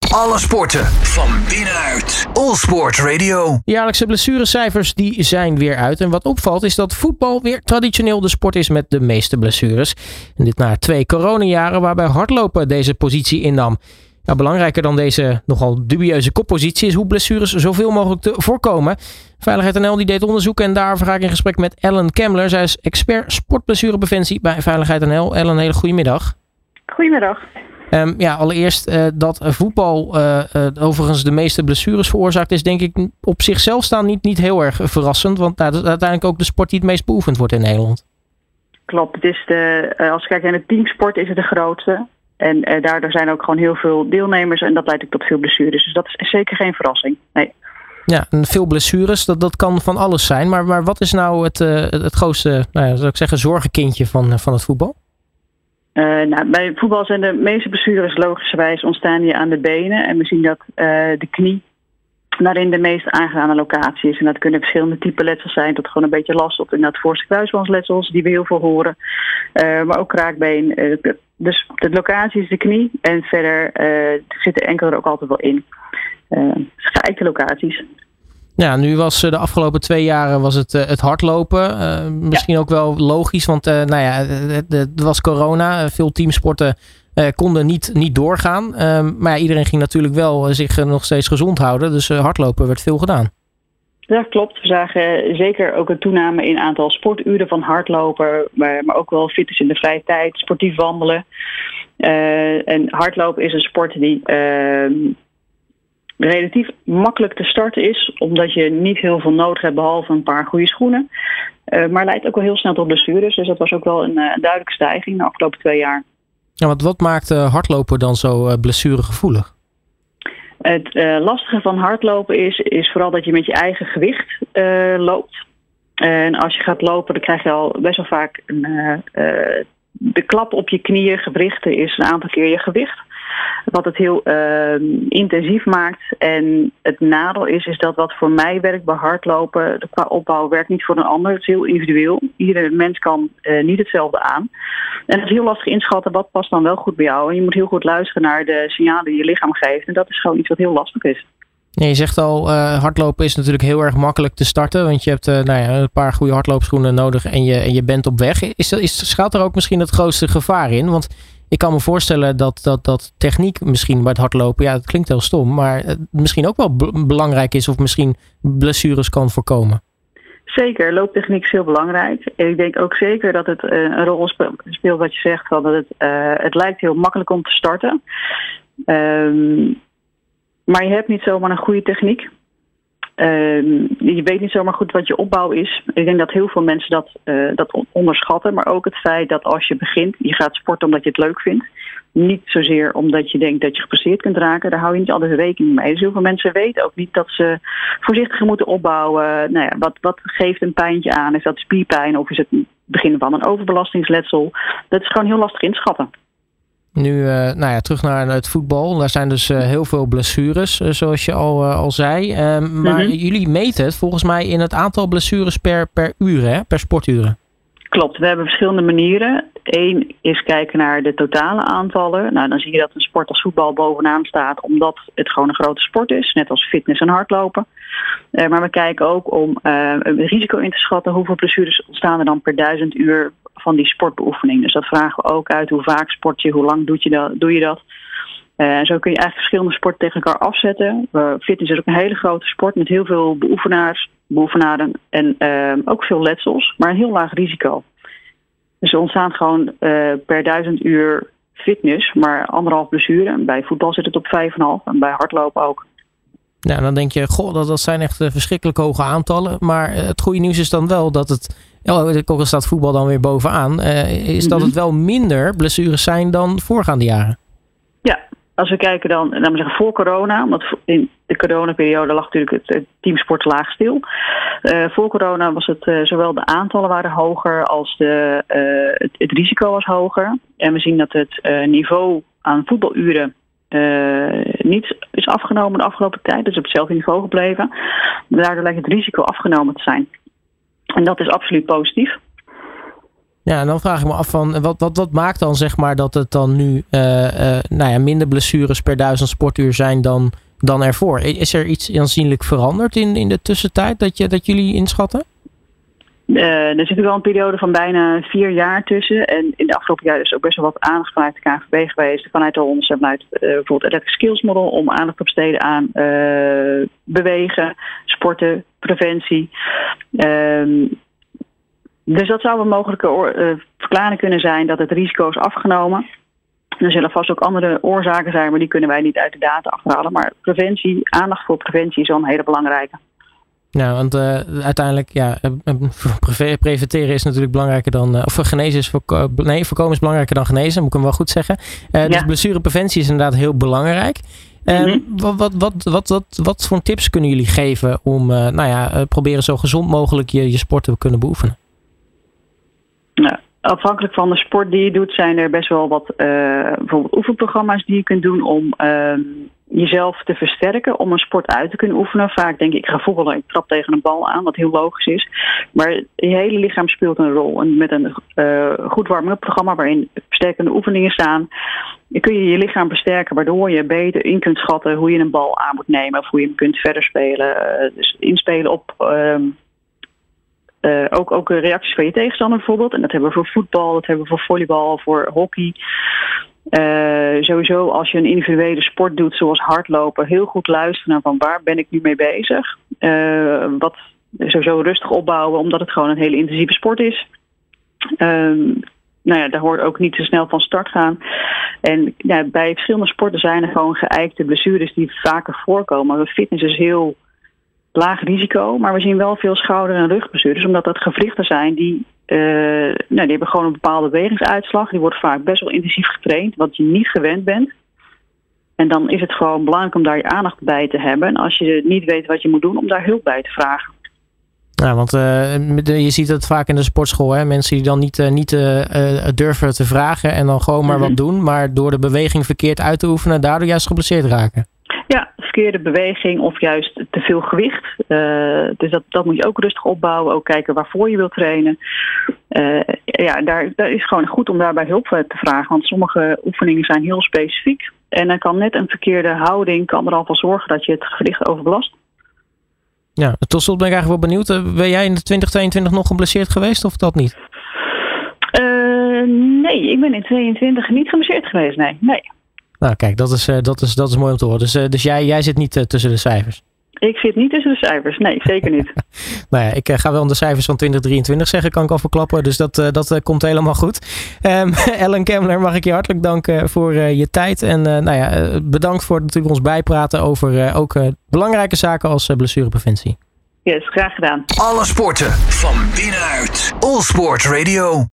Alle sporten van binnenuit. All Sport Radio. De jaarlijkse blessurecijfers die zijn weer uit. En wat opvalt is dat voetbal weer traditioneel de sport is met de meeste blessures. En dit na 2 coronajaren waarbij hardlopen deze positie innam. Ja, belangrijker dan deze nogal dubieuze koppositie is hoe blessures zoveel mogelijk te voorkomen. Veiligheid NL die deed onderzoek en daar ga ik in gesprek met Ellen Kemmler. Zij is expert sportblessurepreventie bij Veiligheid NL. Ellen, een hele goede middag. Goedemiddag. Allereerst dat voetbal overigens de meeste blessures veroorzaakt is denk ik op zichzelf staan niet heel erg verrassend. Want dat is uiteindelijk ook de sport die het meest beoefend wordt in Nederland. Klopt. Het is als je kijkt naar de teamsport is het de grootste. En daardoor zijn ook gewoon heel veel deelnemers en dat leidt ook tot veel blessures. Dus dat is zeker geen verrassing. Nee. Ja, en veel blessures, dat kan van alles zijn. Maar wat is nou het grootste, zou ik zeggen, zorgenkindje van het voetbal? Bij voetbal zijn de meeste blessures logischerwijs ontstaan hier aan de benen. En we zien dat de knie daarin de meest aangedane locatie is. En dat kunnen verschillende typen letsels zijn. Tot gewoon een beetje last op in dat voorste kruisbandsletsels, die we heel veel horen. Maar ook kraakbeen. Dus de locatie is de knie. En verder zitten enkel er ook altijd wel in. Geëikte locaties. Ja, nu was de afgelopen 2 jaren was het hardlopen. Misschien ook wel logisch, want er was corona. Veel teamsporten konden niet doorgaan. Maar iedereen ging natuurlijk wel zich nog steeds gezond houden. Dus hardlopen werd veel gedaan. Ja, klopt. We zagen zeker ook een toename in aantal sporturen van hardlopen. Maar ook wel fitness in de vrije tijd, sportief wandelen. En hardlopen is een sport die relatief makkelijk te starten is, omdat je niet heel veel nodig hebt behalve een paar goede schoenen. Maar leidt ook wel heel snel tot blessures. Dus dat was ook wel een duidelijke stijging de afgelopen 2 jaar. Ja, wat maakt hardlopen dan zo blessuregevoelig? Het lastige van hardlopen is vooral dat je met je eigen gewicht loopt. En als je gaat lopen, dan krijg je al best wel vaak de klap op je knieën, gewrichten is een aantal keer je gewicht. Wat het heel intensief maakt. En het nadeel is dat wat voor mij werkt bij hardlopen, qua opbouw werkt niet voor een ander. Het is heel individueel. Iedere mens kan niet hetzelfde aan. En het is heel lastig inschatten wat past dan wel goed bij jou. En je moet heel goed luisteren naar de signalen die je lichaam geeft. En dat is gewoon iets wat heel lastig is. Ja, je zegt al, hardlopen is natuurlijk heel erg makkelijk te starten. Want je hebt een paar goede hardloopschoenen nodig en je bent op weg. Schuilt er ook misschien het grootste gevaar in? Want ik kan me voorstellen dat techniek misschien bij het hardlopen, ja, het klinkt heel stom, maar misschien ook wel belangrijk is of misschien blessures kan voorkomen. Zeker, looptechniek is heel belangrijk. En ik denk ook zeker dat het een rol speelt wat je zegt, dat het lijkt heel makkelijk om te starten. Maar je hebt niet zomaar een goede techniek. Je weet niet zomaar goed wat je opbouw is. Ik denk dat heel veel mensen dat onderschatten. Maar ook het feit dat als je begint, je gaat sporten omdat je het leuk vindt. Niet zozeer omdat je denkt dat je geblesseerd kunt raken. Daar hou je niet altijd rekening mee. Dus heel veel mensen weten ook niet dat ze voorzichtiger moeten opbouwen. Wat geeft een pijntje aan? Is dat spierpijn of is het het begin van een overbelastingsletsel? Dat is gewoon heel lastig inschatten. Nu, terug naar het voetbal. Daar zijn dus heel veel blessures, zoals je al zei. Maar jullie meten het volgens mij in het aantal blessures per uur, hè? Per sporturen. Klopt, we hebben verschillende manieren. Eén is kijken naar de totale aantallen. Nou, dan zie je dat een sport als voetbal bovenaan staat, omdat het gewoon een grote sport is, net als fitness en hardlopen. Maar we kijken ook om het risico in te schatten hoeveel blessures ontstaan er dan per 1000 uur van die sportbeoefening. Dus dat vragen we ook uit. Hoe vaak sport je, hoe lang doe je dat? Zo kun je eigenlijk verschillende sporten tegen elkaar afzetten. Fitness is ook een hele grote sport met heel veel beoefenaren en ook veel letsels, maar een heel laag risico. Dus er ontstaan gewoon per 1000 uur fitness, maar 1,5 blessure. Bij voetbal zit het op 5,5 en bij hardlopen ook. Nou, dan denk je, dat zijn echt verschrikkelijk hoge aantallen. Maar het goede nieuws is dan wel dat ook al staat voetbal dan weer bovenaan, dat het wel minder blessures zijn dan voorgaande jaren. Ja, als we kijken dan, laten we zeggen voor corona, want in de coronaperiode lag natuurlijk het teamsport laag stil. Voor corona was het zowel de aantallen waren hoger als het risico was hoger. En we zien dat het niveau aan voetbaluren niet is afgenomen de afgelopen tijd. Dus op hetzelfde niveau gebleven. Daardoor lijkt het risico afgenomen te zijn. En dat is absoluut positief. Ja, en dan vraag ik me af van wat maakt dan zeg maar dat het dan nu minder blessures per 1000 sportuur zijn dan ervoor? Is er iets aanzienlijk veranderd in de tussentijd dat jullie inschatten? Er zit natuurlijk wel een periode van bijna 4 jaar tussen. En in de afgelopen jaren is ook best wel wat aandacht vanuit de KNVB geweest. Vanuit ons, vanuit bijvoorbeeld het Athletic Skills Model. Om aandacht te besteden aan bewegen, sporten, preventie. Dus dat zou een mogelijke verklaring kunnen zijn dat het risico is afgenomen. Er zullen vast ook andere oorzaken zijn, maar die kunnen wij niet uit de data achterhalen. Maar preventie, aandacht voor preventie is wel een hele belangrijke. Nou, want uiteindelijk, preventeren is natuurlijk belangrijker dan... voorkomen is belangrijker dan genezen, moet ik hem wel goed zeggen. Dus blessurepreventie is inderdaad heel belangrijk. Wat voor tips kunnen jullie geven om proberen zo gezond mogelijk je sport te kunnen beoefenen? Nou, afhankelijk van de sport die je doet, zijn er best wel wat bijvoorbeeld oefenprogramma's die je kunt doen om jezelf te versterken, om een sport uit te kunnen oefenen. Vaak denk ik ga voetballen, ik trap tegen een bal aan, wat heel logisch is. Maar je hele lichaam speelt een rol. En met een goed warm-up programma waarin versterkende oefeningen staan, kun je je lichaam versterken, waardoor je beter in kunt schatten hoe je een bal aan moet nemen of hoe je hem kunt verder spelen. Dus inspelen op ook reacties van je tegenstander bijvoorbeeld. En dat hebben we voor voetbal, dat hebben we voor volleybal, voor hockey. Sowieso als je een individuele sport doet zoals hardlopen, heel goed luisteren naar van waar ben ik nu mee bezig. Wat sowieso rustig opbouwen, omdat het gewoon een hele intensieve sport is. Daar hoort ook niet te snel van start gaan. En bij verschillende sporten zijn er gewoon geëikte blessures die vaker voorkomen. Fitness is heel laag risico, maar we zien wel veel schouder- en rugblessures, omdat dat gewrichten zijn die hebben gewoon een bepaalde bewegingsuitslag. Die wordt vaak best wel intensief getraind, wat je niet gewend bent. En dan is het gewoon belangrijk om daar je aandacht bij te hebben. En als je niet weet wat je moet doen, om daar hulp bij te vragen. Ja, want je ziet het vaak in de sportschool. Hè? Mensen die dan niet durven te vragen en dan gewoon maar wat doen. Maar door de beweging verkeerd uit te oefenen, daardoor juist geblesseerd raken. Ja, verkeerde beweging of juist te veel gewicht. Dus dat moet je ook rustig opbouwen. Ook kijken waarvoor je wilt trainen. Daar is gewoon goed om daarbij hulp te vragen. Want sommige oefeningen zijn heel specifiek. En dan kan net een verkeerde houding er al voor zorgen dat je het gewricht overbelast. Ja, tot slot ben ik eigenlijk wel benieuwd. Ben jij in 2022 nog geblesseerd geweest of dat niet? Nee, ik ben in 2022 niet geblesseerd geweest. Nee. Nou kijk, dat is mooi om te horen. Dus jij zit niet tussen de cijfers? Ik zit niet tussen de cijfers. Nee, zeker niet. Nou ja, ik ga wel de cijfers van 2023 zeggen, kan ik al verklappen. Dus dat komt helemaal goed. Ellen Kemler, mag ik je hartelijk danken voor je tijd. En bedankt voor natuurlijk ons bijpraten over ook belangrijke zaken als blessurepreventie. Yes, graag gedaan. Alle sporten van binnenuit. All Sport Radio.